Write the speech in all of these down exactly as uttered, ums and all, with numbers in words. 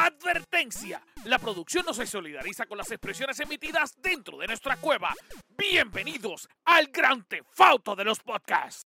Advertencia: la producción no se solidariza con las expresiones emitidas dentro de nuestra cueva. Bienvenidos al Gran Theft Auto de los podcasts.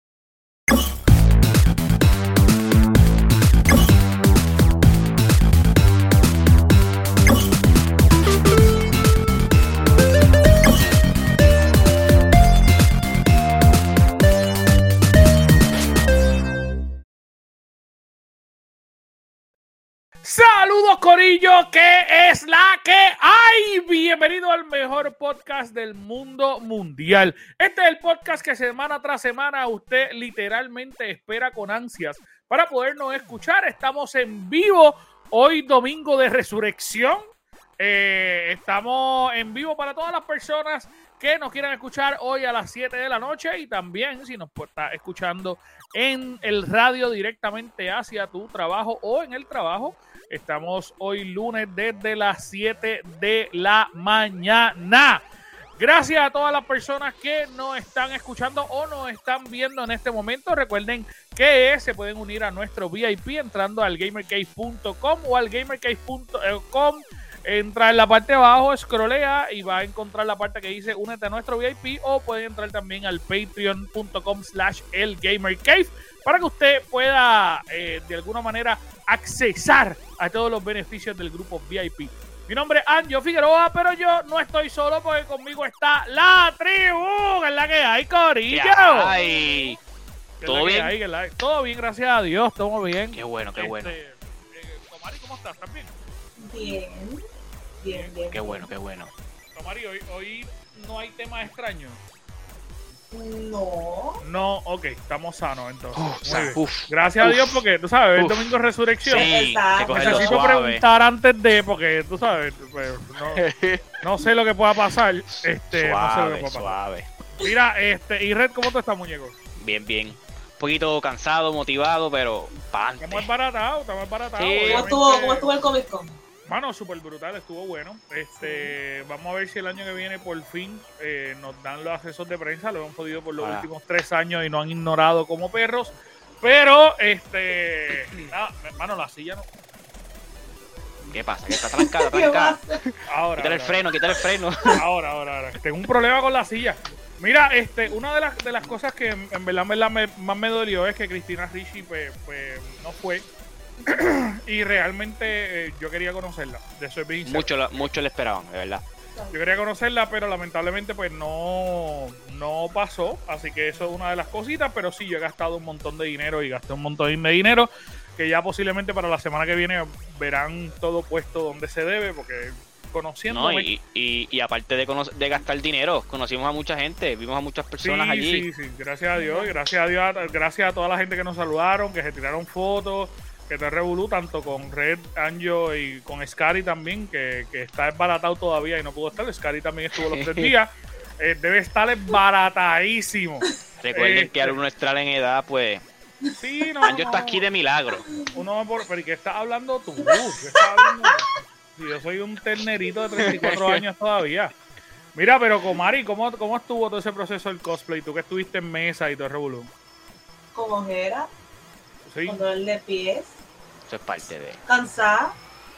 Saludos, corillo, ¿qué es la que hay? Bienvenido al mejor podcast del mundo mundial. Este es el podcast que semana tras semana usted literalmente espera con ansias para podernos escuchar. Estamos en vivo hoy, domingo de resurrección. Eh, estamos en vivo para todas las personas que nos quieran escuchar hoy a las siete de la noche, y también si nos está escuchando en el radio directamente hacia tu trabajo o en el trabajo. Estamos hoy lunes desde las siete de la mañana. Gracias a todas las personas que nos están escuchando o nos están viendo en este momento. Recuerden que se pueden unir a nuestro V I P entrando al gamercave punto com o al gamercave punto com. Entra en la parte de abajo, scrollea y va a encontrar la parte que dice únete a nuestro V I P, o pueden entrar también al patreon punto com slash el gamercave para que usted pueda eh, de alguna manera accesar a todos los beneficios del grupo V I P. Mi nombre es Anjo Figueroa, pero yo no estoy solo porque conmigo está la tribu, que es la que hay, corillo. Ay, ¿todo bien? Hay, la... Todo bien, gracias a Dios, todo bien. Qué bueno, qué este, bueno. Eh, Tomari, ¿cómo estás? ¿Estás bien? Bien, bien, bien. Qué bueno, qué bueno. Tomari, hoy, hoy no hay tema extraño. No. No, ok, estamos sanos entonces. Uf, Muy bien. uf, Gracias uf, a Dios, porque tú sabes, uf. el domingo es resurrección. Sí, Exacto. que cogerlo Necesito suave. preguntar antes de, porque tú sabes, pues, no, no sé lo que pueda pasar. Este, no sé lo que Suave, pueda pasar. suave. Mira, este, y Red, ¿cómo tú estás, muñeco? Bien, bien. Un poquito cansado, motivado, pero pa'lante. Estamos embaratados, estamos embaratados. Sí. ¿Cómo obviamente. estuvo, ¿Cómo estuvo el Comic Con? Mano, súper brutal, estuvo bueno. Este, vamos a ver si el año que viene por fin eh, nos dan los accesos de prensa. Lo hemos podido por los Ah. últimos tres años y nos han ignorado como perros. Pero, este, nada, hermano, la silla no. ¿Qué pasa? ¿Qué está trancada, ¿Qué trancada? pasa? Ahora, Quítale el ahora, freno, quítale el freno. ahora, ahora, ahora. Tengo un problema con la silla. Mira, este, una de las, de las cosas que en, en verdad, en verdad me, más me dolió es que Cristina Ricci pues, pues, no fue. Y realmente eh, yo quería conocerla. De eso es bien sincero. Mucho, la- mucho le esperaban, de verdad. Yo quería conocerla, pero lamentablemente pues no, no pasó. Así que eso es una de las cositas. Pero sí, yo he gastado un montón de dinero y gasté un montón de dinero que ya posiblemente para la semana que viene verán todo puesto donde se debe, porque conociéndome... No, y, y, y aparte de, cono- de gastar dinero, conocimos a mucha gente, vimos a muchas personas sí, allí. Sí, sí, gracias a Dios, y gracias a Dios, a- gracias a toda la gente que nos saludaron, que se tiraron fotos, que te revolú tanto con Red, Anjo y con Scary también, que, que está desbaratado todavía y no pudo estar. Scary también estuvo los tres días. Eh, debe estar desbaratadísimo. Recuerden Este, que al uno estar en edad, pues, Sí, no, Anjo no, está aquí de milagro. uno por, pero ¿qué estás hablando tú? ¿Qué estás hablando? Si yo soy un ternerito de treinta y cuatro años todavía. Mira, pero Comari, ¿cómo, ¿cómo estuvo todo ese proceso del cosplay? Tú que estuviste en mesa y todo el revolú. Como era, Sí. con dolor de pies, Eso es parte de cansada.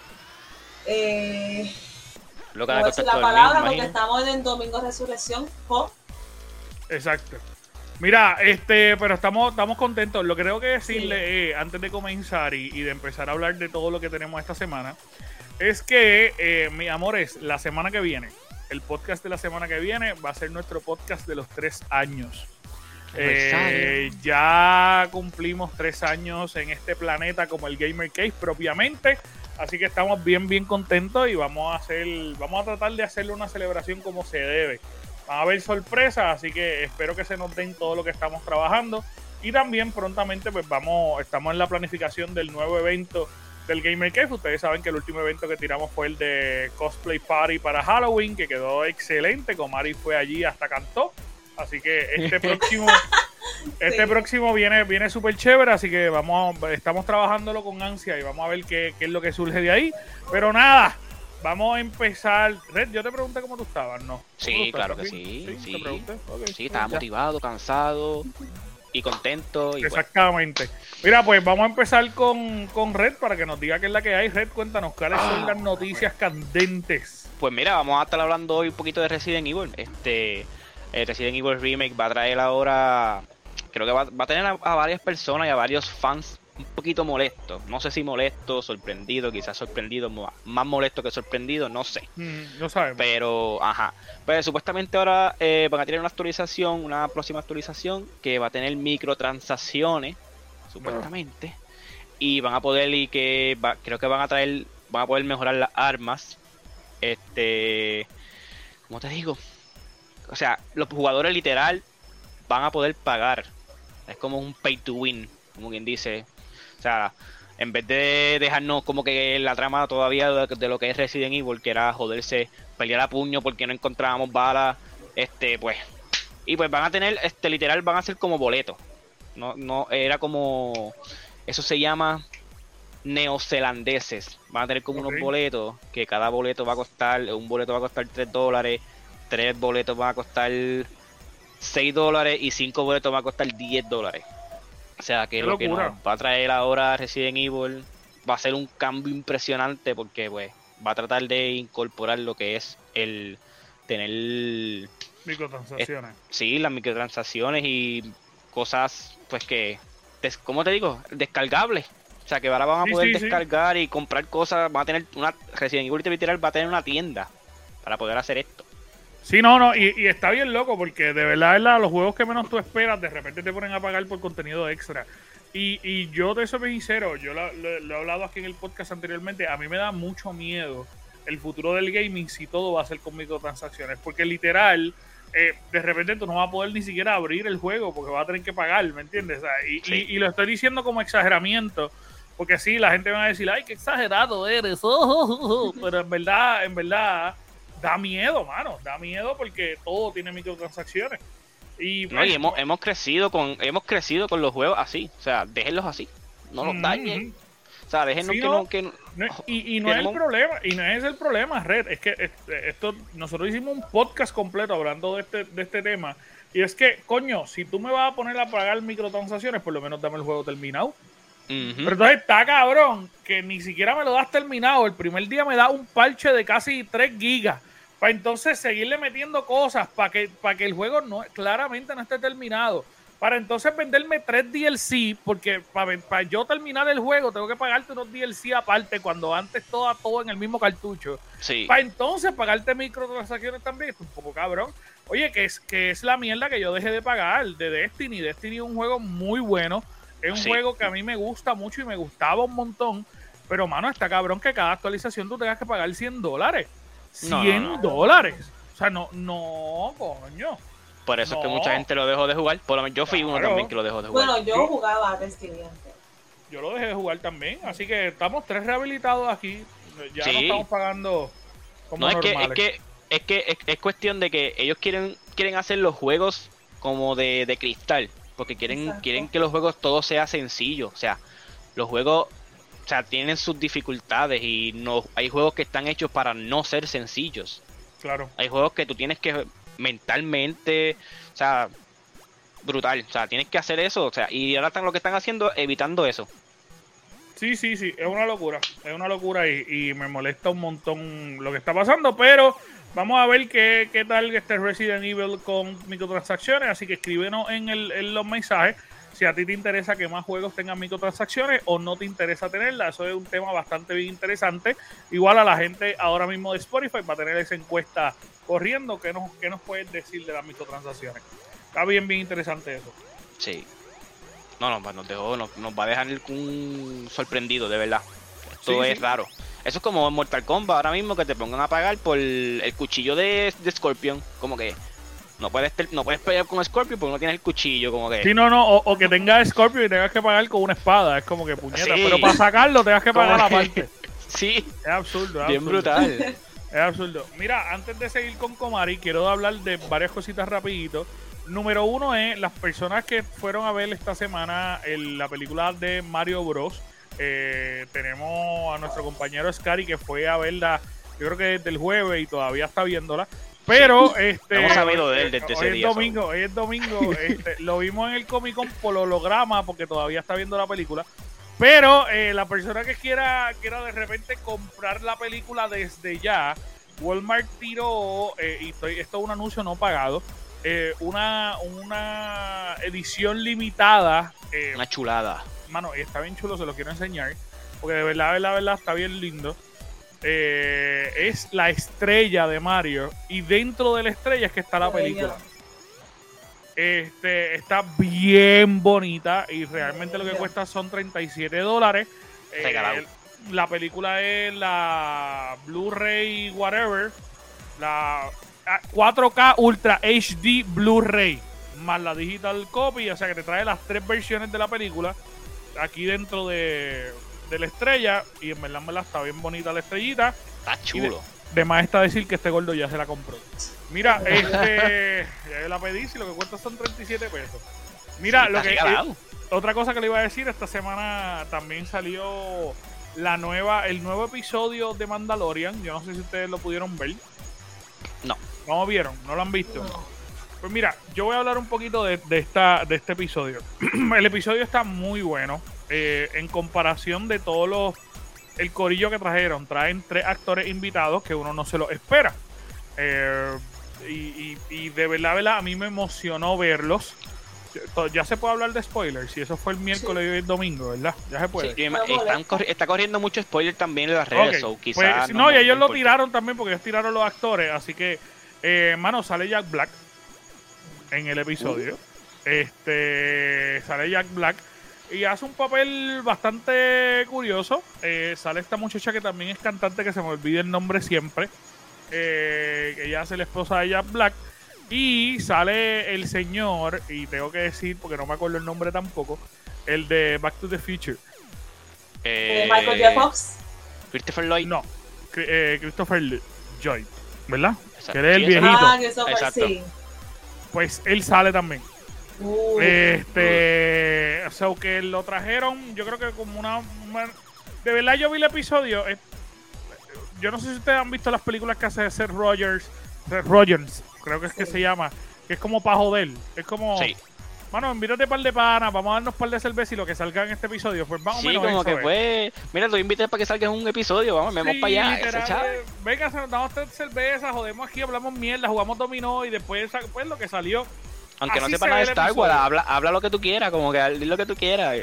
Eh, lo que no le voy a costó decir la dormir, palabra porque imagino. estamos en el domingo de resurrección. Jo. Exacto. Mira, este, pero estamos, estamos contentos. Lo que tengo que decirle eh, antes de comenzar y, y de empezar a hablar de todo lo que tenemos esta semana es que, eh, mis amores, la semana que viene, el podcast de la semana que viene va a ser nuestro podcast de los tres años. Eh, ya cumplimos tres años en este planeta como el Gamer Cave propiamente, así que estamos bien bien contentos y vamos a hacer, vamos a tratar de hacerle una celebración como se debe. Van a haber sorpresas, así que espero que se nos den todo lo que estamos trabajando, y también prontamente pues vamos, estamos en la planificación del nuevo evento del Gamer Cave. Ustedes saben que el último evento que tiramos fue el de Cosplay Party para Halloween, que quedó excelente. Comari fue allí, hasta cantó. Así que este próximo este Sí. próximo viene viene súper chévere, así que vamos a- estamos trabajándolo con ansia y vamos a ver qué, qué es lo que surge de ahí. Pero nada, vamos a empezar. Red, yo te pregunté cómo tú estabas, ¿no? ¿Cómo Sí, tú estás? claro que ¿Estás bien? sí, ¿Te sí. pregunté? Ok, Sí, estaba ya. motivado, cansado. y contento. Y Exactamente. Pues. Mira, pues vamos a empezar con, con Red para que nos diga qué es la que hay. Red, cuéntanos cuáles ah, son las noticias candentes. Pues mira, vamos a estar hablando hoy un poquito de Resident Evil. Este, el Resident Evil Remake va a traer ahora, creo que va, va a tener a, a varias personas y a varios fans un poquito molestos. No sé si molesto, sorprendido, quizás sorprendido, más molesto que sorprendido, no sé. Mm, no sabemos. Pero, ajá. Pues supuestamente ahora eh, van a tener una actualización, una próxima actualización que va a tener microtransacciones, supuestamente. No. Y van a poder, y que va, creo que van a traer, van a poder mejorar las armas. Este, ¿cómo te digo? O sea, los jugadores literal van a poder pagar. Es como un pay to win, como quien dice. O sea, en vez de dejarnos como que la trama todavía de, de lo que es Resident Evil, que era joderse, pelear a puño porque no encontrábamos balas, este, pues, y pues van a tener, este, literal, van a ser como boletos. No, no, era como, eso se llama neozelandeses. Van a tener como okay. unos boletos, que cada boleto va a costar, un boleto va a costar tres dólares, tres boletos van a costar seis dólares y cinco boletos van a costar diez dólares. O sea, que lo que nos va a traer ahora Resident Evil va a ser un cambio impresionante porque pues va a tratar de incorporar lo que es el tener microtransacciones. Es, sí, las microtransacciones y cosas pues que, des, ¿cómo te digo? Descargables. O sea, que ahora van a sí, poder sí, descargar sí. y comprar cosas, van a tener una Resident Evil literal va a tener una tienda para poder hacer esto. Sí, no, no, y, y está bien loco porque de verdad, verdad, los juegos que menos tú esperas de repente te ponen a pagar por contenido extra. Y, y yo te soy sincero, yo lo, lo, lo he hablado aquí en el podcast anteriormente, a mí me da mucho miedo el futuro del gaming si todo va a ser con microtransacciones, porque literal, eh, de repente tú no vas a poder ni siquiera abrir el juego porque vas a tener que pagar, ¿me entiendes? O sea, y, sí. y, y lo estoy diciendo como exageramiento, porque sí, la gente va a decir, ay, qué exagerado eres, oh, oh, oh. Pero en verdad, en verdad... da miedo, mano, da miedo porque todo tiene microtransacciones. Y, no, y hemos, hemos crecido con hemos crecido con los juegos así, o sea, déjenlos así, no los mm-hmm. dañen. O sea, déjenlos sí, que no, no que no, y, y no es el problema, y no es el problema, Red, es que esto nosotros hicimos un podcast completo hablando de este de este tema y es que, coño, si tú me vas a poner a pagar microtransacciones, por lo menos dame el juego terminado. Uh-huh. Pero entonces está cabrón que ni siquiera me lo das terminado. El primer día me da un parche de casi tres gigas para entonces seguirle metiendo cosas para que, para que el juego no, claramente no esté terminado. Para entonces venderme tres D L C, porque para, para yo terminar el juego tengo que pagarte unos D L C aparte cuando antes todo, todo en el mismo cartucho. Sí. Para entonces pagarte microtransacciones también, es un poco cabrón. Oye, que es, que es la mierda que yo dejé de pagar de Destiny. Destiny es un juego muy bueno. Es un sí. juego que a mí me gusta mucho y me gustaba un montón. Pero, mano, está cabrón que cada actualización tú tengas que pagar cien dólares. cien dólares. No, no, no. O sea, no, no, coño. Por eso no. es que mucha gente lo dejó de jugar. Por lo menos yo fui claro. uno también que lo dejó de jugar. Bueno, yo jugaba Destiny antes. Yo lo dejé de jugar también. Así que estamos tres rehabilitados aquí. Ya sí. no estamos pagando como no, normales. Es que, es que, es que es, es cuestión de que ellos quieren, quieren hacer los juegos como de, de cristal. Porque quieren, quieren que los juegos todo sea sencillo. O sea, los juegos o sea, tienen sus dificultades y no hay juegos que están hechos para no ser sencillos. Claro. Hay juegos que tú tienes que mentalmente, o sea, brutal. O sea, tienes que hacer eso. O sea, y ahora están lo que están haciendo evitando eso. Sí, sí, sí. Es una locura. Es una locura y, y me molesta un montón lo que está pasando, pero... Vamos a ver qué, qué tal este Resident Evil con microtransacciones. Así que escríbenos en, el, en los mensajes si a ti te interesa que más juegos tengan microtransacciones o no te interesa tenerlas. Eso es un tema bastante bien interesante. Igual a la gente ahora mismo de Spotify va a tener esa encuesta corriendo. ¿Qué nos, qué nos puedes decir de las microtransacciones? Está bien, bien interesante eso. Sí. No, no, nos, dejó, nos, nos va a dejar un sorprendido, de verdad. Esto sí, es sí. raro. Eso es como en Mortal Kombat ahora mismo, que te pongan a pagar por el cuchillo de, de Scorpion. Como que no puedes no puedes pelear con Scorpion porque no tienes el cuchillo. Como que... Sí, no, no. O, o que tengas Scorpion y tengas que pagar con una espada. Es como que puñeta. Sí. Pero para sacarlo tengas que pagar aparte. Sí. Es absurdo. Es bien absurdo. brutal. Es absurdo. Mira, antes de seguir con Komari, quiero hablar de varias cositas rapidito. Número uno es las personas que fueron a ver esta semana el, la película de Mario Bros. Eh, tenemos a nuestro compañero Scary que fue a verla, yo creo que desde el jueves y todavía está viéndola. Pero este, hemos sabido de él desde hoy ese es día. domingo, hoy es domingo, este, lo vimos en el Comic Con por holograma porque todavía está viendo la película. Pero eh, la persona que quiera, quiera de repente comprar la película desde ya, Walmart tiró, eh, y estoy, esto es un anuncio no pagado, eh, una, una edición limitada. Eh, Una chulada. Mano, está bien chulo, se lo quiero enseñar. Porque de verdad, de verdad, de verdad, está bien lindo. Eh, es la estrella de Mario. Y dentro de la estrella es que está la película. Este, está bien bonita. Y realmente lo que cuesta son treinta y siete dólares. Eh, la película es la Blu-ray whatever. La cuatro K Ultra H D Blu-ray. Más la digital copy. O sea que te trae las tres versiones de la película. Aquí dentro de... de la estrella, y en verdad, en verdad está bien bonita la estrellita. Está chulo. De, de más está decir que este gordo ya se la compró. Mira, este ya la pedí, si lo que cuesta son treinta y siete pesos. Mira, sí, lo que eh, otra cosa que le iba a decir, esta semana también salió la nueva, el nuevo episodio de Mandalorian. Yo no sé si ustedes lo pudieron ver. No. ¿No lo vieron? ¿No lo han visto? Pues mira, yo voy a hablar un poquito de, de, esta, de este episodio. El episodio está muy bueno. Eh, en comparación de todos los el corillo que trajeron, traen tres actores invitados que uno no se lo espera, eh, y, y, y de verdad, verdad a mí me emocionó verlos. Ya se puede hablar de spoilers, si eso fue el miércoles, sí. Y hoy el domingo, ¿verdad? Ya se puede. Sí, están corri está corriendo mucho spoiler también en las redes, okay. So, quizás pues, no, no, y ellos no lo tiraron también porque ellos tiraron los actores, así que eh, mano, sale Jack Black en el episodio. Uh. Este sale Jack Black y hace un papel bastante curioso. Eh, sale esta muchacha que también es cantante, que se me olvida el nombre siempre. Eh, que ella hace la esposa de Jack Black. Y sale el señor, y tengo que decir, porque no me acuerdo el nombre tampoco, el de Back to the Future. Eh, Michael J. Fox. Christopher Lloyd. No, eh, Christopher Lloyd, ¿verdad? Exacto. Que él es el Sí, viejito. Ah, que eso fue, sí. Pues él sale también. Uh, este, uh. O sea, que lo trajeron, yo creo que como una, una... De verdad yo vi el episodio. Eh, yo no sé si ustedes han visto las películas que hace Seth Rogers, Seth Rogers, creo que es sí. que se llama, que es como pa' joder. Es como, sí. Mano, invítate par de panas, vamos a darnos par de cerveza y lo que salga en este episodio, pues vamos sí, menos como eso, que eh. fue, mira, lo invité para que salga en un episodio, vamos, vamos sí, para allá. Literal, eh, venga, nos damos tres cervezas, jodemos aquí, hablamos mierda, jugamos dominó y después pues lo que salió. Aunque así no sepa nada de Star Wars, habla, habla lo que tú quieras, como que di lo que tú quieras.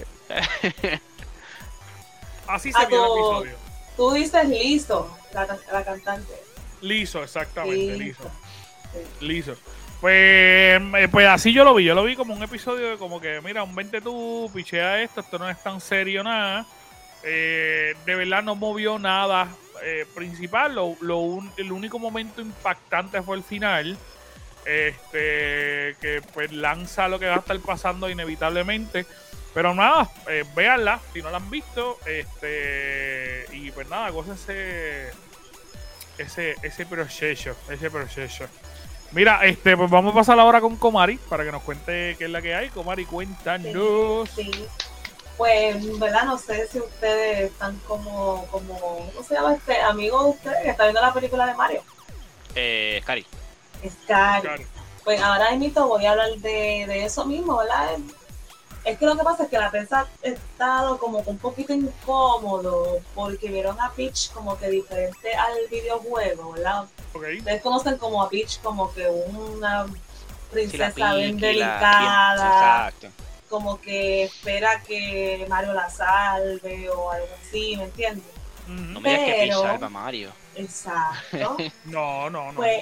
Así se vio el episodio. Tú dices liso, la, la cantante. Liso, exactamente, liso. Liso. Sí. Liso. Pues, pues así yo lo vi, yo lo vi como un episodio de como que, mira, un vente tú, pichea esto, esto no es tan serio nada. Eh, de verdad no movió nada eh, principal, lo, lo un, el único momento impactante fue el final. Este, que pues lanza lo que va a estar pasando inevitablemente. Pero nada, eh, véanla si no la han visto. Este, y pues nada, gócense ese, ese proceso, ese proceso. Mira, este, pues vamos a pasar ahora con Comari para que nos cuente qué es la que hay. Comari, cuéntanos. Sí, sí. Pues, ¿verdad? No sé si ustedes están como, como, ¿cómo se llama este amigo de ustedes que está viendo la película de Mario? Eh, Cari. Scary. Pues ahora mismo voy a hablar de, de eso mismo, ¿verdad? Es que lo que pasa es que la prensa ha estado como un poquito incómodo porque vieron a Peach como que diferente al videojuego, ¿verdad? Okay. Ustedes conocen como a Peach como que una princesa sí, la bien Piki, delicada, la, exacto. Como que espera que Mario la salve o algo así, ¿me entiendes? Mm-hmm. No me digas que Peach salva a Mario. Exacto. no, no, no. Pues...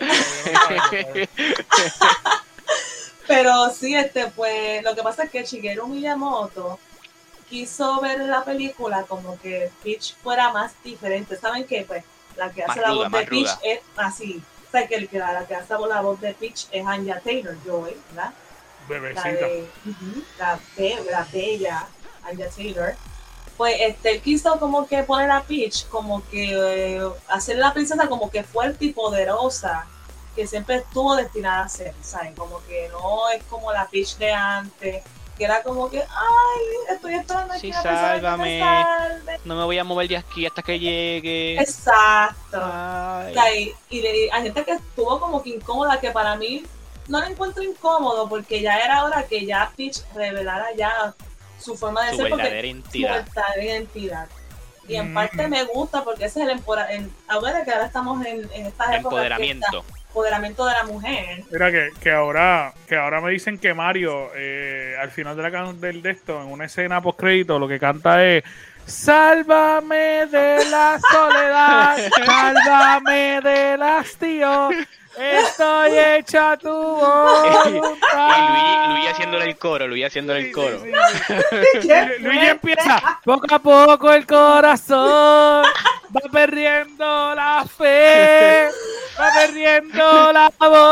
Pero sí, este, pues, lo que pasa es que Shigeru Miyamoto quiso ver la película como que Peach fuera más diferente. ¿Saben qué? Pues, la que hace más la ruda, voz de Peach ruda. es así. O sea, que la, la que hace la voz de Peach es Anya Taylor-Joy, ¿verdad? Bebecita. La, de, uh-huh, la, be, la bella Anya Taylor. Pues, este, él quiso como que poner a Peach como que eh, hacer la princesa como que fuerte y poderosa, que siempre estuvo destinada a ser, ¿saben? Como que no es como la Peach de antes, que era como que, ay, estoy esperando aquí Sí, a persona que sálvame. me salve. No me voy a mover de aquí hasta que llegue. Exacto. Ay. O sea, y, y le- hay gente que estuvo como que incómoda, que para mí no lo encuentro incómodo, porque ya era hora que ya Peach revelara ya su forma de Su ser, porque verdadera identidad. su verdadera identidad. Y en Mm. parte me gusta porque ese es el empoderamiento. Ahora que ahora estamos en, en estas épocas que Empoderamiento. está- empoderamiento de la mujer. Mira que, que ahora que ahora me dicen que Mario eh, al final de la can- del de esto, en una escena post crédito, lo que canta es sálvame de la soledad, sálvame del hastío, estoy hecha a tu voluntad. Y Luigi, Luigi haciéndole el coro, Luigi haciéndole el coro. Sí, sí, sí. Lu- Luigi empieza, poco a poco el corazón va perdiendo la fe, va perdiendo la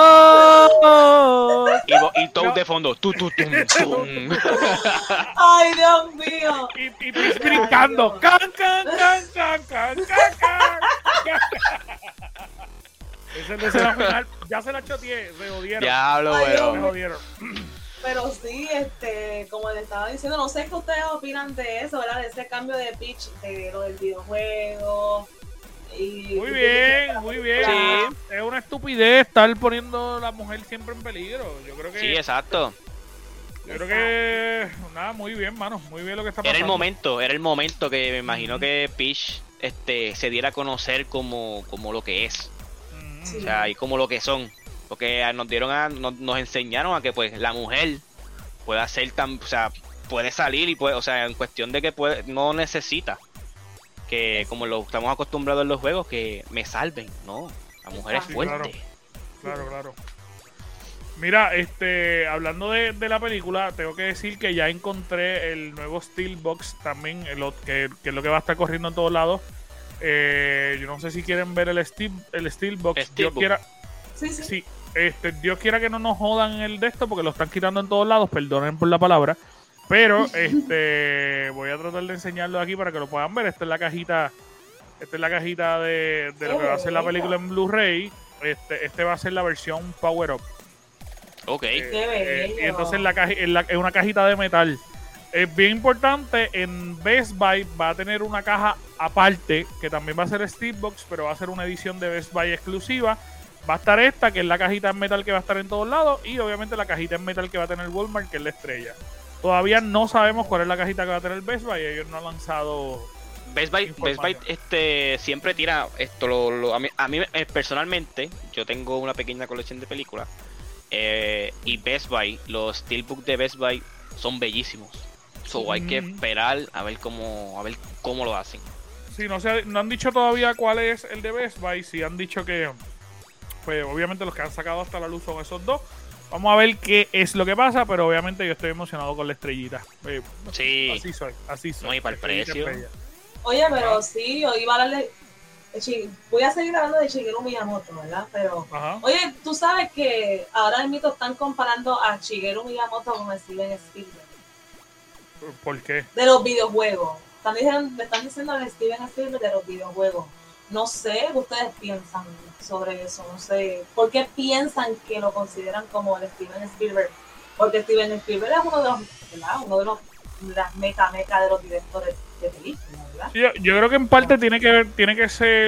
voz. Y, vo- y Toad No. de fondo. Tu, tu, tum, tum. Ay, Dios mío. Y, y Peach brincando. Can, can, can, can, can, can, can. Esa es la escena final. Ya se la choteé, se jodieron. Diablo, Ay, Se Dios. weón. jodieron. Pero sí, este, como le estaba diciendo, no sé qué ustedes opinan de eso, ¿verdad? De ese cambio de pitch, de lo del videojuego. Y, Muy bien, muy bien. Sí. Es una estupidez estar poniendo a la mujer siempre en peligro. Yo creo que. Sí, exacto. Yo creo que. Nada, muy bien, mano. Muy bien lo que está pasando. Era el momento, era el momento que me imagino que Peach este, se diera a conocer como, como lo que es. Mm. Sí. O sea, y como lo que son. Porque nos dieron a, nos, nos enseñaron a que pues la mujer puede ser tan, o sea, puede salir y puede, o sea, en cuestión de que puede, no necesita que como lo estamos acostumbrados en los juegos, que me salven, no, la mujer es Sí, fuerte. Claro, claro. Mira, este, hablando de, de la película, tengo que decir que ya encontré el nuevo Steelbox también, el, ot- que, que es lo que va a estar corriendo en todos lados. Eh, yo no sé si quieren ver el, Steel, el Steelbox. Dios Steelbook. quiera, Sí, sí. sí, este, Dios quiera que no nos jodan el de esto porque lo están quitando en todos lados, perdonen por la palabra. Pero este voy a tratar de enseñarlo aquí para que lo puedan ver. Esta es la cajita, esta es la cajita de, de lo que va a ser la película en Blu-ray. Este, este va a ser la versión Power Up. Ok. Eh, Qué eh, bello. y entonces la caja, en, la, en una cajita de metal. Es bien importante, en Best Buy va a tener una caja aparte, que también va a ser Steelbox, pero va a ser una edición de Best Buy exclusiva. Va a estar esta, que es la cajita en metal que va a estar en todos lados, y obviamente la cajita en metal que va a tener Walmart, que es la estrella. Todavía no sabemos cuál es la cajita que va a tener Best Buy, ellos no han lanzado... Best Buy, Best Buy información. este, siempre tira esto, lo, lo- a mí, a mí, eh, personalmente, yo tengo una pequeña colección de películas, eh, y Best Buy, los Steelbook de Best Buy son bellísimos. So, hay que Mm. esperar a ver cómo, a ver cómo lo hacen. Sí, no sé, no han dicho todavía cuál es el de Best Buy, sí han dicho que, pues obviamente los que han sacado hasta la luz son esos dos. Vamos a ver qué es lo que pasa, pero obviamente yo estoy emocionado con la estrellita. Eh, Sí. Así soy, así soy. No, y para el La estrellita precio. es bella. Oye, pero sí, yo iba a hablar de... de Shi- Voy a seguir hablando de Shigeru Miyamoto, ¿verdad? Pero... Ajá. Oye, tú sabes que ahora mismo están comparando a Shigeru Miyamoto con Steven Spielberg. ¿Por qué? De los videojuegos. Están diciendo, me están diciendo a Steven Spielberg de los videojuegos. No sé, ¿qué ustedes piensan sobre eso? No sé. ¿Por qué piensan que lo consideran como el Steven Spielberg? Porque Steven Spielberg es uno de los, ¿verdad? Uno de los, las meca meca de los directores de películas, ¿verdad? Yo, yo creo que en parte tiene que ver, tiene que ser,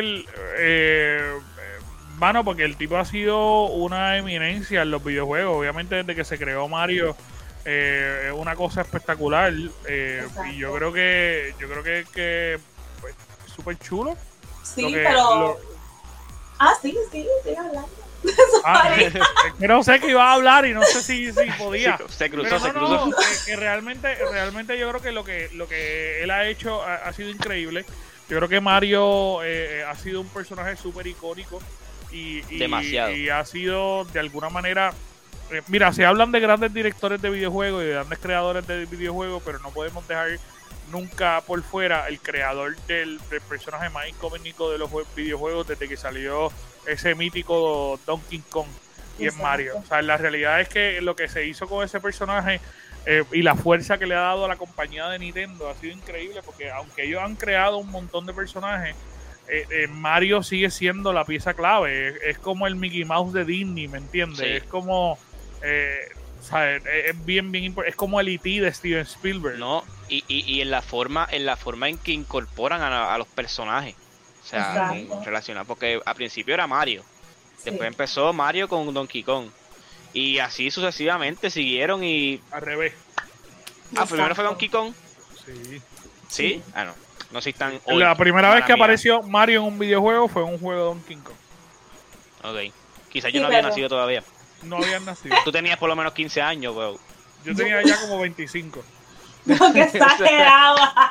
eh, mano, porque el tipo ha sido una eminencia en los videojuegos. Obviamente desde que se creó Mario eh, es una cosa espectacular. eh, Exacto. y yo creo que, yo creo que, que pues, es súper chulo. Sí, Lo que- pero... lo- Ah, sí, sí, estoy hablando. Ah, es que no sé que iba a hablar y no sé si, si podía. Se, se cruzó, Pero se no, cruzó. no, que, que realmente, realmente yo creo que lo que lo que él ha hecho ha, ha sido increíble. Yo creo que Mario eh, ha sido un personaje súper icónico y, y, Demasiado. y ha sido de alguna manera... eh, mira, se hablan de grandes directores de videojuegos y de grandes creadores de videojuegos, pero no podemos dejar nunca por fuera el creador del, del personaje más icónico de los jue- videojuegos desde que salió ese mítico Donkey Kong y en Exacto. Mario. O sea, la realidad es que lo que se hizo con ese personaje eh, y la fuerza que le ha dado a la compañía de Nintendo ha sido increíble, porque aunque ellos han creado un montón de personajes, eh, eh, Mario sigue siendo la pieza clave. Es, es como el Mickey Mouse de Disney, ¿me entiendes? Sí. Es como... Eh, sea, es, es bien, bien importante. Es como el E T de Steven Spielberg. No, y, y, y en la forma, en la forma en que incorporan a, a los personajes. O sea, relacionados. Porque al principio era Mario. Sí. Después empezó Mario con Donkey Kong. Y así sucesivamente siguieron y. Al revés. Ah, Exacto. Primero fue Donkey Kong. Sí. ¿Sí? Sí. Ah, no. No sé si están. Hoy, la primera vez que mía. apareció Mario en un videojuego fue en un juego de Donkey Kong. Ok. Quizás yo sí, no había pero... nacido todavía. No habían nacido. Tú tenías por lo menos quince años, weón. Yo tenía ya como veinticinco. No, que exageraba.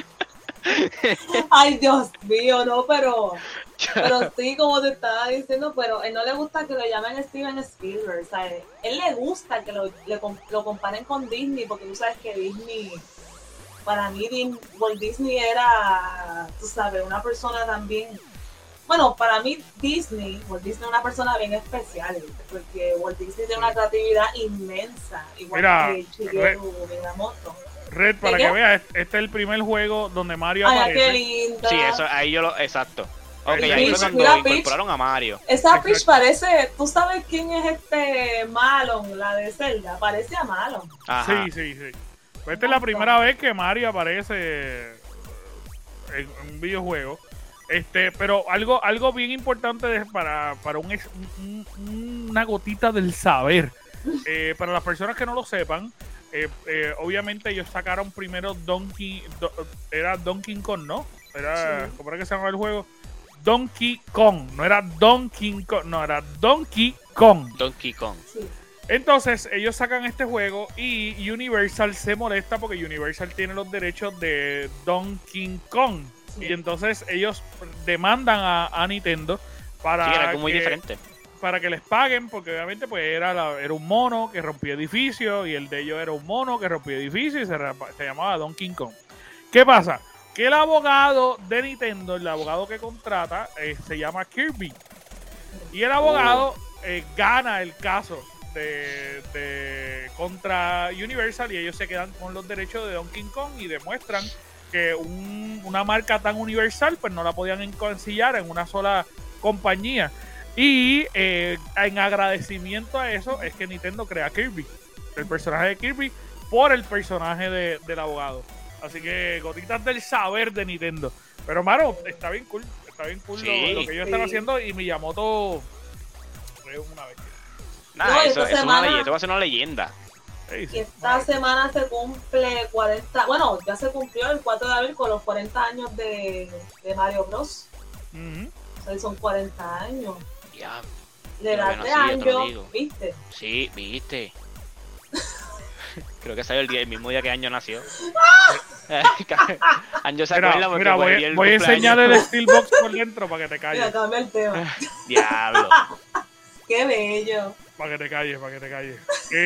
Ay, Dios mío, no, pero pero sí, como te estaba diciendo, pero a él no le gusta que lo llamen Steven Spielberg, ¿sabes? Él le gusta que lo, le, lo comparen con Disney, porque tú sabes que Disney, para mí, Walt Disney era, tú sabes, una persona también. Bueno, para mí Disney, Walt Disney es una persona bien especial, porque Walt Disney tiene una creatividad inmensa, igual Mira, que Shigeru Miyamoto. Red, para que veas, este es el primer juego donde Mario Ay, aparece. qué linda. Sí, eso, ahí yo lo, exacto. Ok, Peach, ahí fue cuando mira, incorporaron Peach, a Mario. Esa Peach parece, ¿tú sabes quién es este Malon, la de Zelda? Parece a Malon. Ajá. Sí, sí, sí. Pues esta es la primera vez que Mario aparece en un videojuego. Este, pero algo, algo bien importante para, para un, un, una gotita del saber. Eh, para las personas que no lo sepan, eh, eh, obviamente ellos sacaron primero Donkey, do, era Donkey Kong, ¿no? Era, sí. ¿Cómo era que se llamaba el juego? Donkey Kong, no era Donkey Kong, no, era Donkey Kong. Donkey Kong. Sí. Entonces, ellos sacan este juego y Universal se molesta porque Universal tiene los derechos de Donkey Kong. Y entonces ellos demandan a, a Nintendo para, sí, era muy que, diferente. para que les paguen, porque obviamente pues era, la, era un mono que rompía edificios y el de ellos era un mono que rompía edificios y se, se llamaba Donkey Kong. ¿Qué pasa? Que el abogado de Nintendo, el abogado que contrata, eh, se llama Kirby. Y el abogado oh. eh, gana el caso de, de contra Universal y ellos se quedan con los derechos de Donkey Kong y demuestran que un, una marca tan universal pues no la podían encasillar en una sola compañía y eh, en agradecimiento a eso es que Nintendo crea Kirby, el personaje de Kirby por el personaje de, del abogado, así que gotitas del saber de Nintendo, pero mano, está bien cool, está bien cool sí, lo, lo que ellos sí. están haciendo y Miyamoto es una vez. Nah, no, eso, eso, semana... una, eso va a ser una leyenda. Sí, sí. Esta semana se cumple cuarenta, bueno, ya se cumplió el cuatro de abril con los cuarenta años de, de Mario Bros. Uh-huh. O sea, son cuarenta años. Ya. Le das de años, ¿viste? Sí, viste. Creo que salió el día, el mismo día que Año nació. Año se acuerda porque mira, voy, el voy a enseñar el Steelbox por dentro para que te calles. Mira, cambia el tema. Diablo. Qué bello. Para que te calles, para que te calles.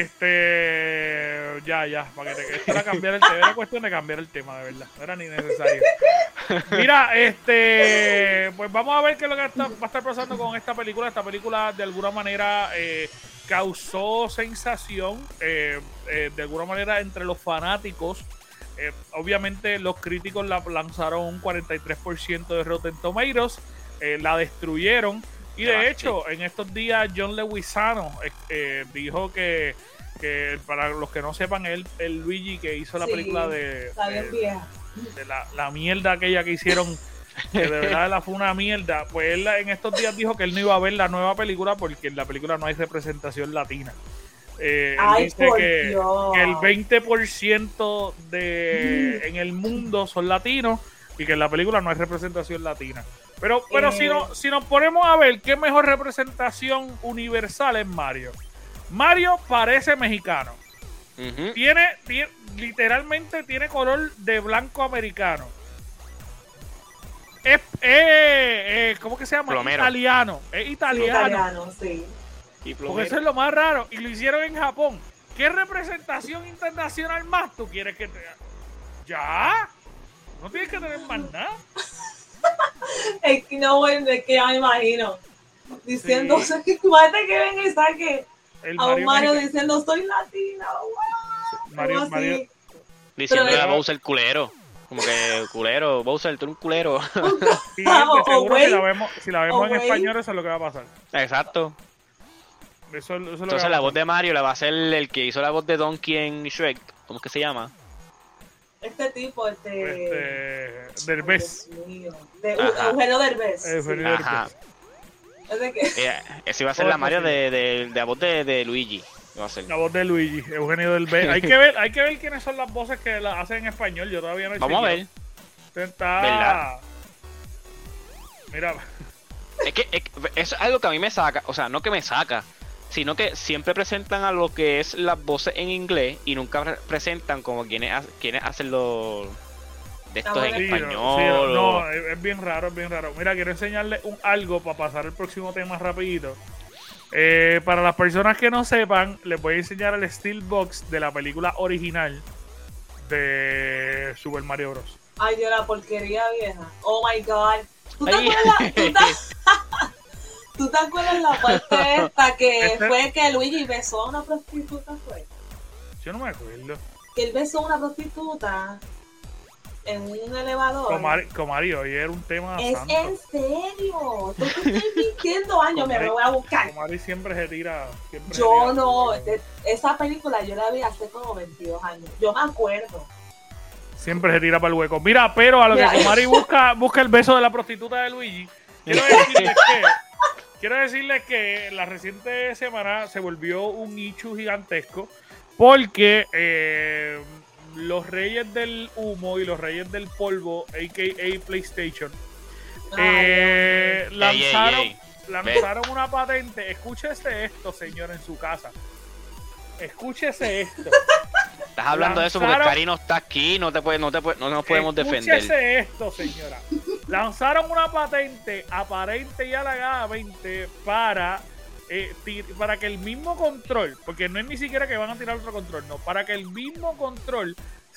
Este. Ya, ya, para que te calles. Era cambiar el tema. Era cuestión de cambiar el tema, de verdad. No era ni necesario. Mira, este. Pues vamos a ver qué es lo que está, va a estar pasando con esta película. Esta película, de alguna manera, eh, causó sensación. Eh, eh, de alguna manera, entre los fanáticos. Eh, obviamente, los críticos la lanzaron un cuarenta y tres por ciento de Rotten Tomatoes. Eh, la destruyeron. Y de hecho, en estos días John Leguizamo eh, eh, dijo que, que, para los que no sepan, él, el Luigi que hizo la sí, película de, de, de la, la mierda aquella que hicieron, que de verdad la fue una mierda, pues él en estos días dijo que él no iba a ver la nueva película porque en la película no hay representación latina. Eh, Ay, él dice que, que el veinte por ciento de, en el mundo son latinos y que en la película no hay representación latina. Pero, pero eh. si, no, si nos ponemos a ver qué mejor representación universal es Mario. Mario parece mexicano. Uh-huh. Tiene, tiene, literalmente tiene color de blanco americano. Es, eh, eh, ¿cómo que se llama? Plomero. Italiano. Es italiano. Italiano, sí. Y porque eso es lo más raro. Y lo hicieron en Japón. ¿Qué representación internacional más tú quieres que te... ¿Ya? No tienes que tener más nada. Es que no, bueno, es que ya me imagino diciendo, sí. Imagínate que venga y saque el a un Mario, Mario diciendo soy latina, wow. Mario, Mario. Diciendo a Bowser culero, como que culero, Bowser, tú eres un culero. Sí, seguro si la vemos, si la vemos en español eso es lo que va a pasar. Exacto. Eso, eso es lo que Entonces va a la pasar. voz de Mario la va a hacer el que hizo la voz de Donkey en Shrek. ¿Cómo es que se llama? Este tipo, este... Este, Derbez. Dios mío. De, Ajá. Eugenio Derbez. Eugenio sí. Derbez. Ajá. Es de que... Eh, ese iba a ser la Todo Mario posible. de, de, de la voz de, de Luigi. Va a ser. La voz de Luigi, Eugenio Derbez. Hay que ver, hay que ver quiénes son las voces que la hacen en español. Yo todavía no he Vamos a ver. chequeado. Está... ¿Verdad? Mira, Es que, es que eso es algo que a mí me saca, o sea, no que me saca, sino que siempre presentan a lo que es las voces en inglés y nunca pre- presentan como quienes, ha- quienes hacen los de estos en Sí, sí, español. no, sí, o- no, es, es bien raro, es bien raro. Mira, quiero enseñarle un, algo para pasar al próximo tema rapidito. Eh, para las personas que no sepan, les voy a enseñar el Steelbox de la película original de Super Mario Bros. Ay, Dios, la porquería vieja. Oh, my God. ¿Tú te Ay. acuerdas? ¿Tú te, ¿Tú te acuerdas la parte esta que Este- fue que Luigi besó a una prostituta? Fue Yo no me acuerdo. que él besó a una prostituta en un elevador. Comari, Comari, hoy era un tema Es santo. en serio. Tú te estás mintiendo años, me lo voy a buscar. Comari siempre se tira. Siempre se Yo tira. no, de- esa película yo la vi hace como veintidós años. Yo me acuerdo. Siempre se tira para el hueco. Mira, pero a lo que Mira. Comari busca, busca el beso de la prostituta de Luigi. Quiero decirles que, quiero decirles que la reciente semana se volvió un nicho gigantesco porque eh, los reyes del humo y los reyes del polvo, a k a. PlayStation, eh, Ey, lanzaron, ey, ey. lanzaron una patente. Escúchese esto, señor, en su casa. Escúchese esto. Estás hablando de eso porque Lanzaron- Cari no está aquí, no te puede, no te puede, no nos podemos defender. Escúchese esto, señora. Lanzaron una patente aparente y alegadamente para, eh, tir- para que el mismo control, porque no es ni siquiera que van a tirar otro control, no, para que el mismo control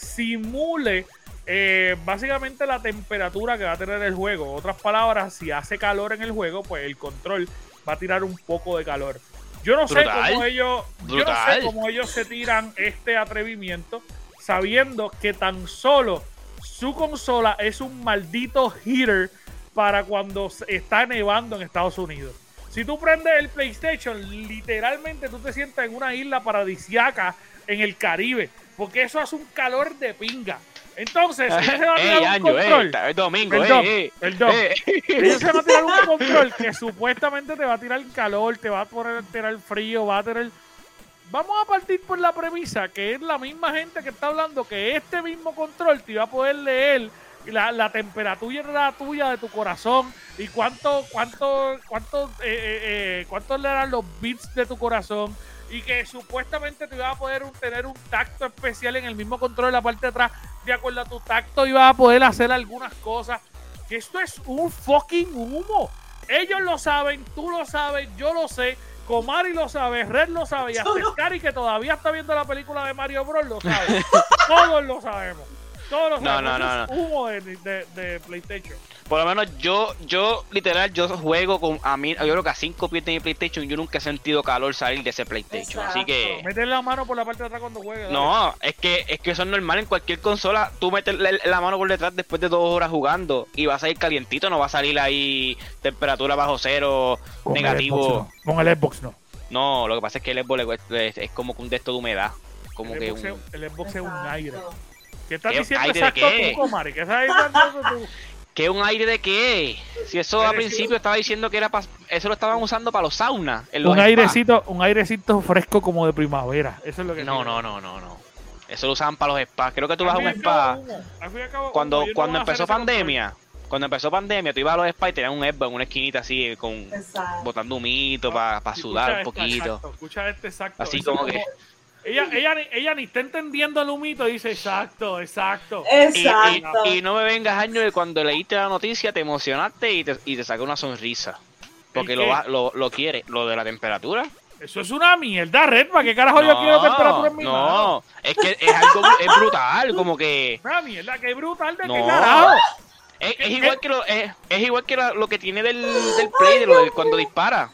simule eh, básicamente la temperatura que va a tener el juego. En otras palabras, si hace calor en el juego, pues el control va a tirar un poco de calor. Yo no sé Brutal. cómo ellos, yo no sé Brutal. cómo ellos se tiran este atrevimiento sabiendo que tan solo su consola es un maldito heater para cuando se- está nevando en Estados Unidos. Si tú prendes el PlayStation, literalmente tú te sientas en una isla paradisiaca en el Caribe, porque eso hace un calor de pinga. Entonces, ellos se van a tirar Ey, un Anjo, ey, control. está- es domingo, Perdón, ey, ey. perdón. Ey. Ellos se van a tirar un control que supuestamente te va a tirar calor, te va a poner, tirar frío, va a tener... Vamos a partir por la premisa que es la misma gente que está hablando que este mismo control te va a poder leer la, la temperatura tuya de tu corazón y cuánto, cuánto, cuánto, eh, eh, eh, cuántos le eran los beats de tu corazón y que supuestamente te iba a poder un- tener un tacto especial en el mismo control en la parte de atrás, de acuerdo a tu tacto iba a poder hacer algunas cosas. Que esto es un fucking humo. Ellos lo saben, tú lo sabes, yo lo sé, Comari lo sabe, Red lo sabe y hasta Scary, que todavía está viendo la película de Mario Bros, lo sabe. Todos lo sabemos. Todos lo No, sabemos. no, Eso no, es humo de, de, de PlayStation. Por lo menos yo, yo literal, yo juego con a mí, yo creo que a cinco pies de mi PlayStation, yo nunca he sentido calor salir de ese PlayStation. Así que Exacto. Mete la mano por la parte de atrás cuando juegues. dale. no, es que es que eso es normal en cualquier consola. Tú metes la, la mano por detrás después de dos horas jugando y va a salir calientito, no va a salir ahí temperatura bajo cero, Con el negativo. Xbox no. Con el Xbox no. No, lo que pasa es que el Xbox le cuesta- es, es como que un de esto de humedad. Como El que Xbox, un... es- el Xbox es un Exacto. aire. ¿Qué estás ¿Qué diciendo aire de exacto qué? tú, Comari? ¿Qué estás diciendo tú? ¿Qué un aire de qué? Si eso Eres al principio estaba diciendo que era para... Eso lo estaban usando para los saunas. En los Un spas. airecito, un airecito fresco como de primavera. Eso es lo que No, tiene. no, no, no, no. Eso lo usaban para los spas. Creo que tú Al vas a fin un y al cabo, spa. humo. Al fin y al cabo, Cuando, humo. Ellos no cuando van a hacer empezó ese control. pandemia, cuando empezó pandemia, tú ibas a los spas y tenías un Xbox en una esquinita así, con Exacto. botando humito para Escucha sudar un esta, poquito. Exacto, escucha este exacto. Así Eso es como que- Ella, ella, ni- ella ni está entendiendo el humito y dice exacto, exacto. Y, y- Exacto. y no me vengas, año de cuando leíste la noticia, te emocionaste y te, y te saca una sonrisa. Porque ¿El lo, qué? va- lo, lo quiere, lo de la temperatura. Eso es una mierda, Red. ¿Para qué carajo yo quiero temperatura en mi mano? no, es que es algo es brutal, como que Una mierda, qué brutal de qué No. carajo. es, es igual que lo es, es igual que la- lo que tiene del, del play de lo del cuando dispara.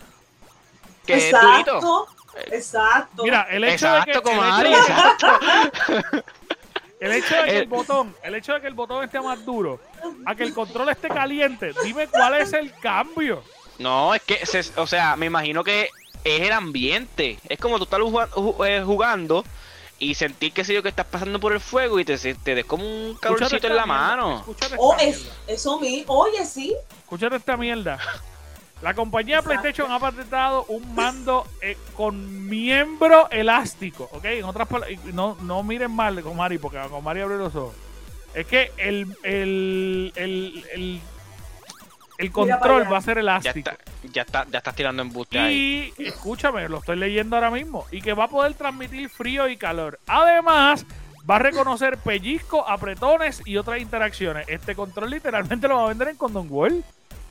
Que es durito. Exacto. Exacto. Mira, el hecho Exacto, de que, como el Ari, hecho de que- exacto. el hecho de que el Eh. botón, el hecho de que el botón esté más duro, a que el control esté caliente, dime cuál es el cambio. No, es que, se- o sea, me imagino que es el ambiente. Es como tú estás jugando y sentir que sé yo que estás pasando por el fuego y te, te des como un calorcito en la mano. Oh, es, eso mismo. Oye, sí. Escúchate esta mierda. La compañía Exacto. PlayStation ha patentado un mando eh, con miembro elástico, ¿ok? En otras palabras, no, no miren mal con Mari, porque con Mari abre los ojos. Es que el, el, el, el, el control va a ser elástico. Ya está, ya está, ya estás tirando embuste y, ahí. Y escúchame, lo estoy leyendo ahora mismo. Y que va a poder transmitir frío y calor. Además, va a reconocer pellizcos, apretones y otras interacciones. Este control literalmente lo va a vender en Condom World.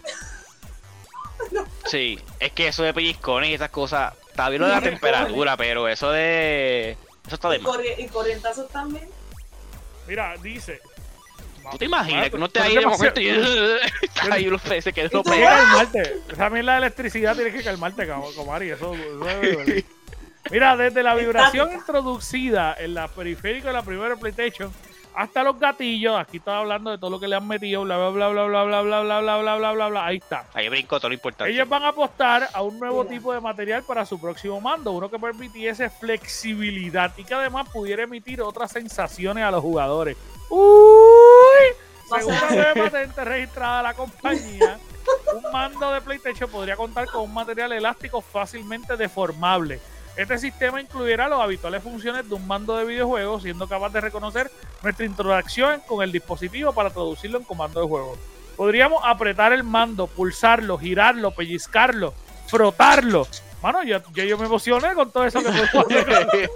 Sí, es que eso de pellizcones y esas cosas, está bien lo de la temperatura, pero eso de... Eso está de más. ¿Y corrientazos también? Mira, dice... ¿Tú te imaginas que uno te ahí de momento y... ahí los peces que no pegan? calmarte. También la electricidad tiene que calmarte, Comari. Eso, eso Mira, desde la vibración introducida en la periférica de la primera PlayStation hasta los gatillos, aquí estaba hablando de todo lo que le han metido, bla bla bla bla bla bla bla bla bla bla bla bla bla, ahí está. Ahí brincó todo lo importante. Ellos van a apostar a un nuevo tipo de material para su próximo mando, uno que permitiese flexibilidad y que además pudiera emitir otras sensaciones a los jugadores. Uy, según la nueva patente registrada de la compañía, un mando de PlayStation podría contar con un material elástico fácilmente deformable. Este sistema incluirá las habituales funciones de un mando de videojuegos, siendo capaz de reconocer nuestra interacción con el dispositivo para traducirlo en comando de juego. Podríamos apretar el mando, pulsarlo, girarlo, pellizcarlo, frotarlo. Mano, yo, yo, yo me emocioné con todo eso que puedo hacer.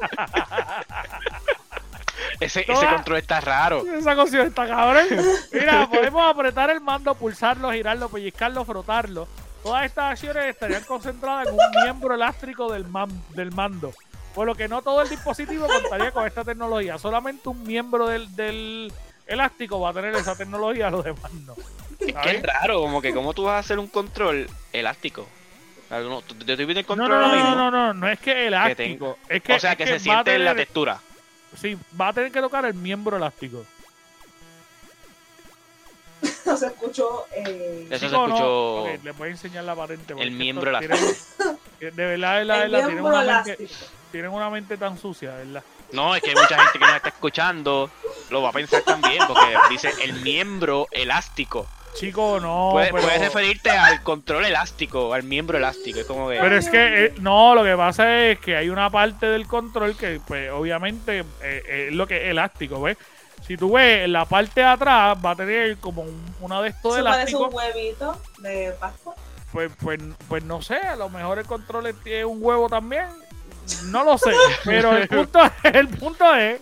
ese, ese control está raro. Esa cosa está cabrón. Mira, podemos apretar el mando, pulsarlo, girarlo, pellizcarlo, frotarlo. Todas estas acciones estarían concentradas en un miembro elástico del, man, del mando, por lo que no todo el dispositivo contaría con esta tecnología. Solamente un miembro del, del elástico va a tener esa tecnología, los demás no. Es que es raro, como que cómo tú vas a hacer un control elástico. No, ¿Te estoy viendo el control no, no, ahora no, mismo? no, no, no es que elástico. Que es que, o sea, es que, que se siente tener, la textura. Sí, va a tener que tocar el miembro elástico. No se escuchó. Eh... Eso Chico, se escuchó. No. Okay, les voy a enseñar la patente. El miembro elástico. Tienen, de verdad, de verdad, de verdad tienen, una mente, tienen una mente tan sucia, ¿verdad? No, es que hay mucha gente que nos está escuchando lo va a pensar también, porque dice el miembro elástico. Chico, no. Puedes, pero... puedes referirte al control elástico, al miembro elástico. Es como que... Pero es que, eh, no, lo que pasa es que hay una parte del control que, pues, obviamente, eh, es lo que es elástico, ¿ves? Si tú ves, en la parte de atrás va a tener como un, una de estos elásticos. ¿Eso parece un huevito de Pascua? Pues, pues, pues no sé, a lo mejor el control tiene un huevo también. No lo sé, pero el punto, el punto es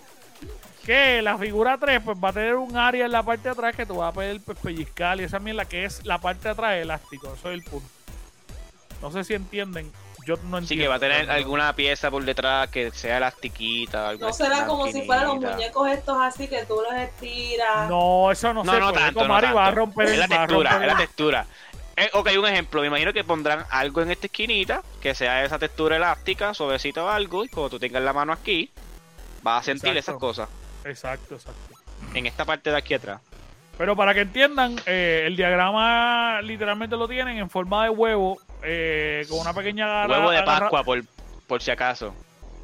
que la figura tres pues va a tener un área en la parte de atrás que tú vas a poder pues, pellizcar y esa mierda que es la parte de atrás es elástico. Eso es el punto. No sé si entienden. Yo no entiendo. Sí, que va a tener pero... alguna pieza por detrás que sea elastiquita. Algo no será como si fueran los muñecos estos así que tú los estiras. No, eso no, no sé. No, tanto, no tanto. Va a romper es la el, textura, el... es la textura. Eh, ok, un ejemplo. Me imagino que pondrán algo en esta esquinita que sea esa textura elástica, suavecita o algo. Y como tú tengas la mano aquí, vas a sentir exacto. esas cosas. Exacto, exacto. En esta parte de aquí atrás. Pero para que entiendan, eh, el diagrama literalmente lo tienen en forma de huevo, eh, con una pequeña garra. Huevo de Pascua, agarra... por, por si acaso.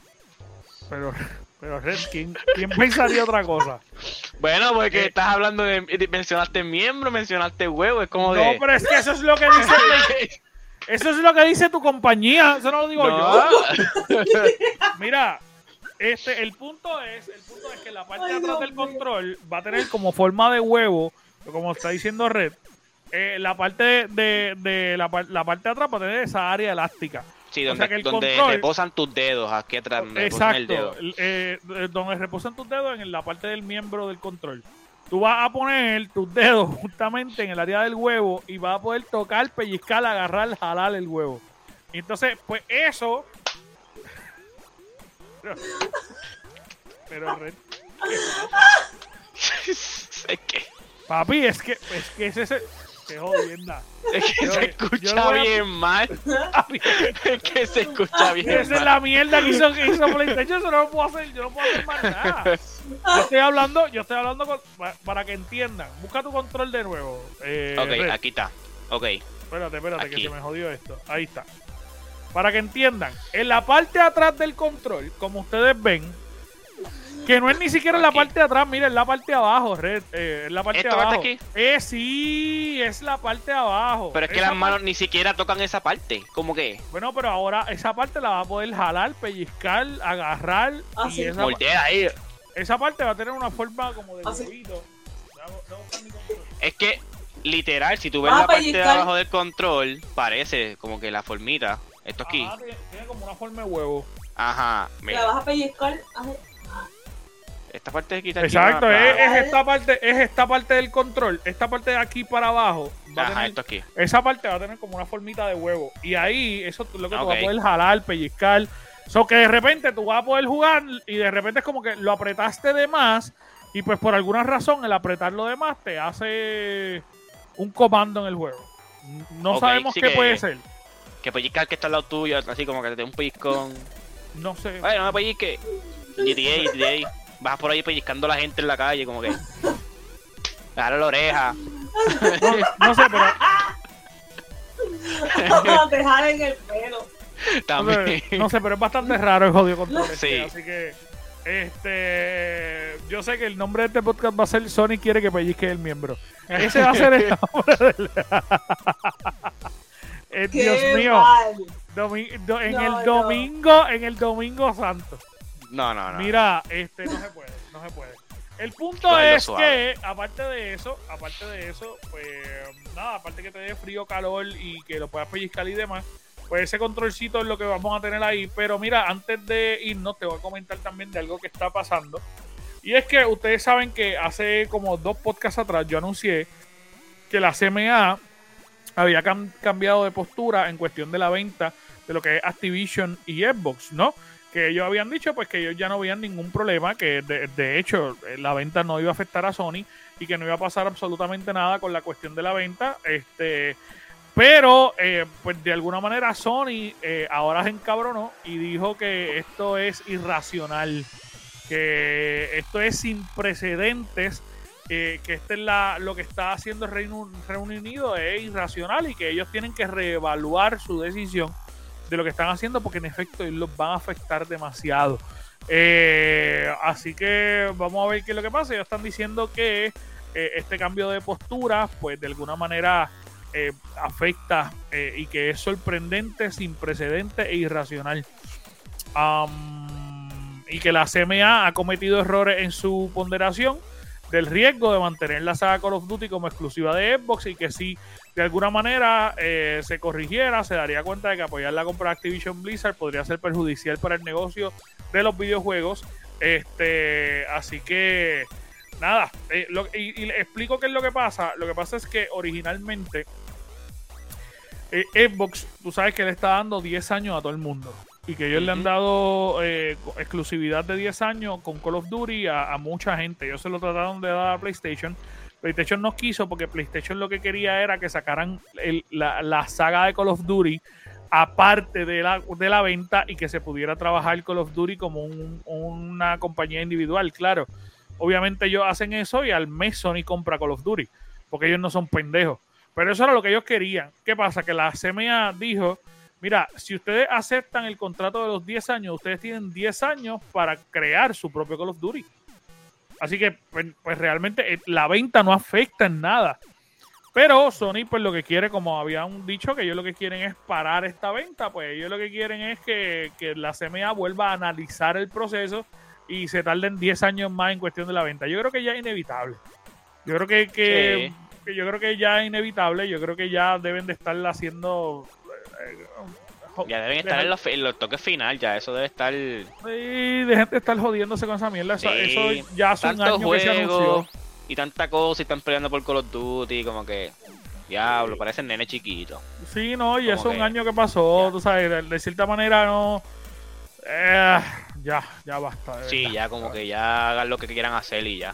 Pero, pero Red, ¿quién, ¿quién pensaría otra cosa? Bueno, porque eh, estás hablando de, de... Mencionaste miembro, mencionaste huevo, es como no, de... No, pero es que eso es lo que dice... eso es lo que dice tu compañía, eso no lo digo no. yo. Mira... Este, el punto es, el punto es que la parte Ay, de atrás del control va a tener como forma de huevo, como está diciendo Red. Eh, la parte de, de, de la, la parte de atrás va a tener esa área elástica. Sí, donde, o sea que el donde control, reposan tus dedos, aquí atrás. Donde exacto, el dedo. Eh, donde reposan tus dedos en la parte del miembro del control. Tú vas a poner tus dedos justamente en el área del huevo y vas a poder tocar, pellizcar, agarrar, jalar el huevo. Y entonces, pues eso... Pero, pero Red, es que papi, es que es que es ese qué jodienda. Es que yo, se escucha a... bien mal. Es que se escucha bien Esa mal. es la mierda que hizo, que hizo PlayStation. Eso no lo puedo hacer, yo no puedo hacer más nada. Yo estoy hablando, yo estoy hablando con, para que entiendan. Busca tu control de nuevo. Eh, ok, Red. Aquí está. Ok. Espérate, espérate, aquí. Que se me jodió esto. Ahí está. para que entiendan, en la parte de atrás del control, como ustedes ven, que no es ni siquiera en la parte de atrás, mira, es la parte de abajo, Red, eh, es la parte de ¿Esta abajo. parte aquí? Eh, sí, es la parte de abajo. Pero es que Esa las manos parte- ni siquiera tocan esa parte. ¿Cómo que? Bueno, pero ahora esa parte la va a poder jalar, pellizcar, agarrar, Ah, y sí. esa, Moldea ahí. esa parte va a tener una forma como de Ah, sí. huevito. Dame- dame buscar mi computador. Es que, literal, si tú ves Vas a la parte de pellizcar. abajo del control, parece como que la formita. Esto aquí. Ajá, tiene, tiene como una forma de huevo. Ajá. La Mira. vas a pellizcar. Ajá. Esta parte de aquí está aquí, Exacto, una- es, es esta parte, es esta parte del control, esta parte de aquí para abajo. Va a Ajá, tener- esto aquí. esa parte va a tener como una formita de huevo. Y ahí, eso es lo que tú vas Ok. a poder jalar, pellizcar. So que de repente tú vas a poder jugar y de repente es como que lo apretaste de más. Y pues por alguna razón el apretarlo de más te hace un comando en el juego. No Ok, sabemos sí qué que- puede ser. Que pellizcar que está al lado tuyo, así como que te dé un pellizcón. No sé. Ay, no me pellizque. G T A, G T A. Vas por ahí pellizcando a la gente en la calle, como que. Dale la oreja. No, no sé, pero Te jalen en el pelo. no También. sé, no sé, pero es bastante raro el jodido control. este, Sí. Así que, este, yo sé que el nombre de este podcast va a ser Sony quiere que pellizque el miembro. Ese va a ser el nombre del... Eh, ¡Qué Dios mío, mal! domi- do- en No, el no. domingo, en el domingo santo. No, no, no. Mira, este, no se puede, no se puede. El punto Suave, es suave. que, aparte de eso, aparte de eso, pues nada, aparte que te dé frío, calor y que lo puedas pellizcar y demás, pues ese controlcito es lo que vamos a tener ahí. Pero mira, antes de irnos, te voy a comentar también de algo que está pasando. Y es que ustedes saben que hace como dos podcasts atrás yo anuncié que la C M A había cam- cambiado de postura en cuestión de la venta de lo que es Activision y Xbox, ¿no? Que ellos habían dicho pues que ellos ya no veían ningún problema, que de, de hecho la venta no iba a afectar a Sony y que no iba a pasar absolutamente nada con la cuestión de la venta. Este, pero eh, pues de alguna manera Sony eh, ahora se encabronó y dijo que esto es irracional, que esto es sin precedentes, eh, que este es la, lo que está haciendo el Reino, Reino Unido es irracional y que ellos tienen que reevaluar su decisión de lo que están haciendo porque en efecto ellos los van a afectar demasiado. Eh, así que vamos a ver qué es lo que pasa. Ellos están diciendo que eh, este cambio de postura pues de alguna manera eh, afecta eh, y que es sorprendente, sin precedentes e irracional. Um, y que la C M A ha cometido errores en su ponderación del riesgo de mantener la saga Call of Duty como exclusiva de Xbox y que si de alguna manera eh, se corrigiera, se daría cuenta de que apoyar la compra de Activision Blizzard podría ser perjudicial para el negocio de los videojuegos. Este, así que nada, eh, lo, y, y le explico qué es lo que pasa. Lo que pasa es que originalmente eh, Xbox, tú sabes que le está dando diez años a todo el mundo y que ellos uh-huh. le han dado eh, exclusividad de diez años con Call of Duty a, a mucha gente. Ellos se lo trataron de dar a PlayStation. PlayStation no quiso porque PlayStation lo que quería era que sacaran el, la, la saga de Call of Duty aparte de la, de la venta y que se pudiera trabajar Call of Duty como un, una compañía individual. Claro, obviamente ellos hacen eso y al mes Sony compra Call of Duty porque ellos no son pendejos. Pero eso era lo que ellos querían. ¿Qué pasa? Que la C M A dijo: mira, si ustedes aceptan el contrato de los diez años, ustedes tienen diez años para crear su propio Call of Duty. Así que, pues, pues realmente la venta no afecta en nada. Pero Sony, pues lo que quiere, como habían dicho, que ellos lo que quieren es parar esta venta, pues ellos lo que quieren es que, que la C M A vuelva a analizar el proceso y se tarden diez años más en cuestión de la venta. Yo creo que ya es inevitable. Yo creo que, que, sí. que yo creo que ya es inevitable. Yo creo que ya deben de estarla haciendo... Ya deben estar en los, en los toques final, ya eso debe estar... Sí, de gente estar jodiéndose con esa mierda. Sí, eso ya hace un tanto año juego que se anunció. Y tanta cosa y están peleando por Call of Duty, como que... Diablo, sí. Parecen nene chiquito. Sí, no, y como eso es que, un año que pasó, ya. Tú sabes, de, de cierta manera no... Eh, ya, ya basta. De sí, verdad. ya como que ya hagan lo que quieran hacer y ya.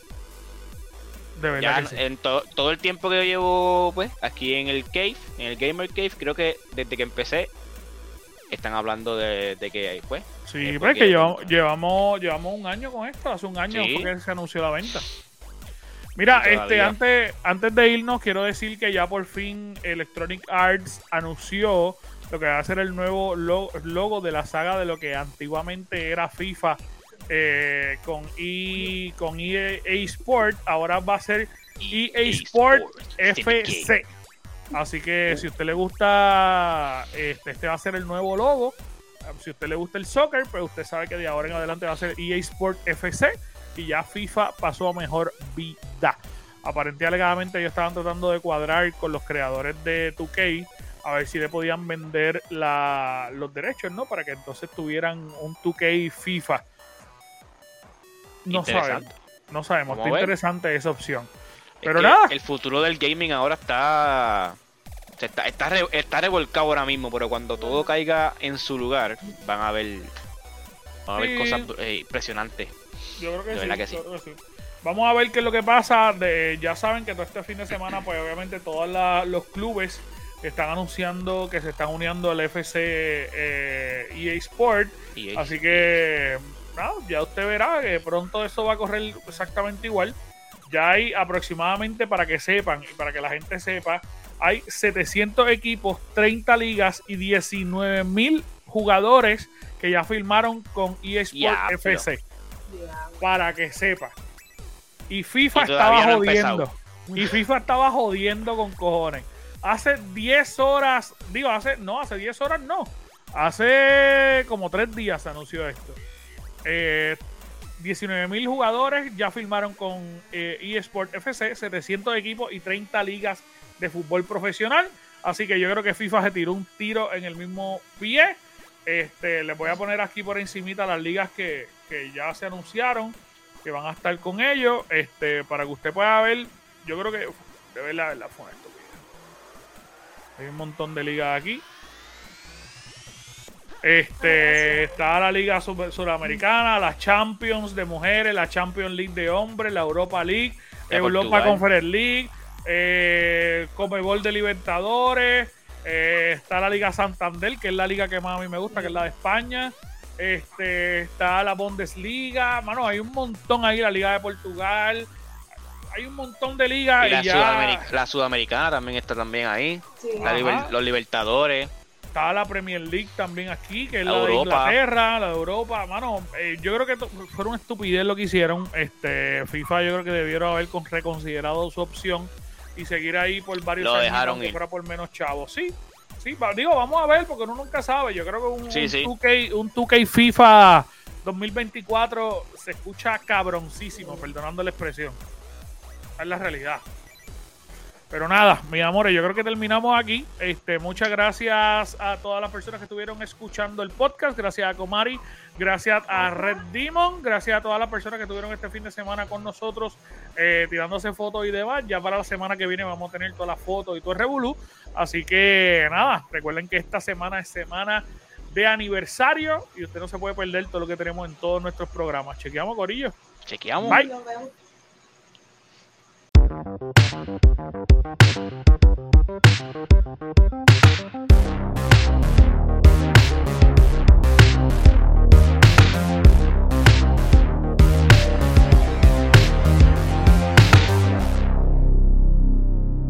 De verdad Ya que sí. en to, todo el tiempo que yo llevo pues aquí en el Cave, en el Gamer Cave, creo que desde que empecé están hablando de, de que pues Sí, eh, pues es que llevamos, llevamos, llevamos un año con esto, hace un año sí. fue que se anunció la venta. Mira, este antes, antes de irnos, quiero decir que ya por fin Electronic Arts anunció lo que va a ser el nuevo logo, logo de la saga de lo que antiguamente era FIFA eh, con, e, con E A Sport. Ahora va a ser E A Sport F C. Así que si a usted le gusta, este, este va a ser el nuevo logo. Si a usted le gusta el soccer, pues usted sabe que de ahora en adelante va a ser E A Sport F C. Y ya FIFA pasó a mejor vida. Aparentemente, alegadamente, ellos estaban tratando de cuadrar con los creadores de dos K a ver si le podían vender la, los derechos, ¿no? Para que entonces tuvieran un dos K FIFA. No sabemos. No sabemos. Está interesante esa opción. Es Pero nada. El futuro del gaming ahora está... Está, está, re, está revolcado ahora mismo, pero cuando todo caiga en su lugar, van a ver, van a ver sí. cosas eh, impresionantes. Yo creo que, sí, que sí. creo que sí. Vamos a ver qué es lo que pasa. De, ya saben que todo este fin de semana, pues obviamente todos la, los clubes están anunciando que se están uniendo al F C eh, E A Sport. E A. Así que no, ya usted verá que pronto eso va a correr exactamente igual. Ya hay aproximadamente, para que sepan y para que la gente sepa, hay setecientos equipos, treinta ligas y diecinueve mil jugadores que ya firmaron con E A Sport yeah, F C. Pero... Para que sepa. Y FIFA y estaba no jodiendo. Y FIFA estaba jodiendo con cojones. Hace diez horas, digo, hace, no, hace diez horas no. Hace como tres días se anunció esto. Eh, diecinueve mil jugadores ya firmaron con eh, E A Sport F C, setecientos equipos y treinta ligas de fútbol profesional. Así que yo creo que FIFA se tiró un tiro en el mismo pie. Este, les voy a poner aquí por encimita las ligas que, que ya se anunciaron, que van a estar con ellos, este, para que usted pueda ver. Yo creo que uf, debe la, la fue esto. Hay un montón de ligas aquí. Este, está la Liga Sur Suramericana, la Champions de mujeres, la Champions League de hombres, la Europa League, de Europa Portugal. Conference League, eh, Conmebol de Libertadores, eh, está la Liga Santander, que es la liga que más a mí me gusta, que es la de España. Este, está la Bundesliga, mano, hay un montón ahí, la Liga de Portugal, hay un montón de ligas. Y la, y ya... Sudameric la Sudamericana también está también ahí, sí. la liber los Libertadores. Está la Premier League también aquí, que es la, la de Inglaterra, la de Europa. Mano, eh, yo creo que fue una estupidez lo que hicieron. Este, FIFA yo creo que debieron haber reconsiderado su opción y seguir ahí por varios lo años, dejaron aunque ir. fuera por menos chavos. Sí, sí, digo, vamos a ver, porque uno nunca sabe. Yo creo que un, sí, un, sí. dos K, un dos K FIFA dos mil veinticuatro se escucha cabroncísimo, perdonando la expresión. Esa es la realidad. Pero nada, mis amores, yo creo que terminamos aquí. Este, muchas gracias a todas las personas que estuvieron escuchando el podcast. Gracias a Comari, gracias a Red Demon, gracias a todas las personas que estuvieron este fin de semana con nosotros eh, tirándose fotos y demás. Ya para la semana que viene vamos a tener todas las fotos y todo el revolú. Así que nada, recuerden que esta semana es semana de aniversario y usted no se puede perder todo lo que tenemos en todos nuestros programas. Chequeamos, corillo. Chequeamos. Bye. Thank you.